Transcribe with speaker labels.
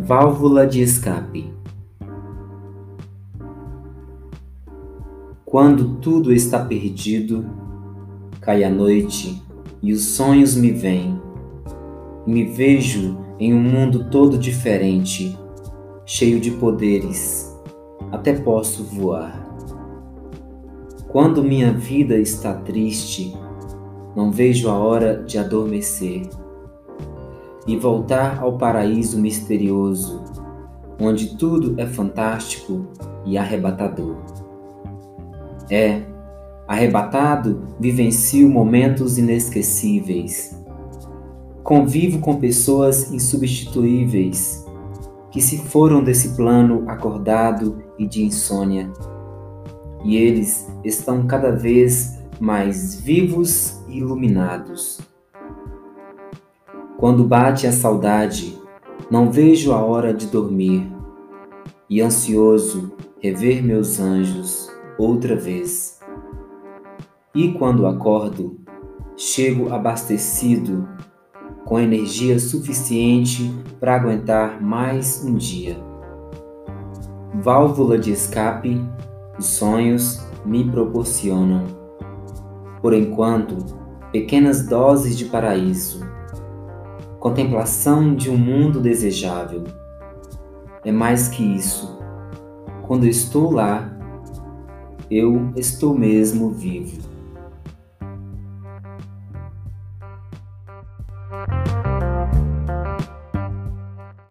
Speaker 1: Válvula de escape. Quando tudo está perdido, cai a noite e os sonhos me vêm. Me vejo em um mundo todo diferente, cheio de poderes, até posso voar. Quando minha vida está triste, não vejo a hora de adormecer e voltar ao paraíso misterioso, onde tudo é fantástico e arrebatador. Arrebatado, vivencio momentos inesquecíveis. Convivo com pessoas insubstituíveis que se foram desse plano acordado e de insônia. E eles estão cada vez mais vivos e iluminados. Quando bate a saudade, não vejo a hora de dormir e ansioso rever meus anjos outra vez. E quando acordo, chego abastecido com energia suficiente para aguentar mais um dia. Válvula de escape, os sonhos me proporcionam, por enquanto, pequenas doses de paraíso, contemplação de um mundo desejável. É mais que isso. Quando estou lá, eu estou mesmo vivo.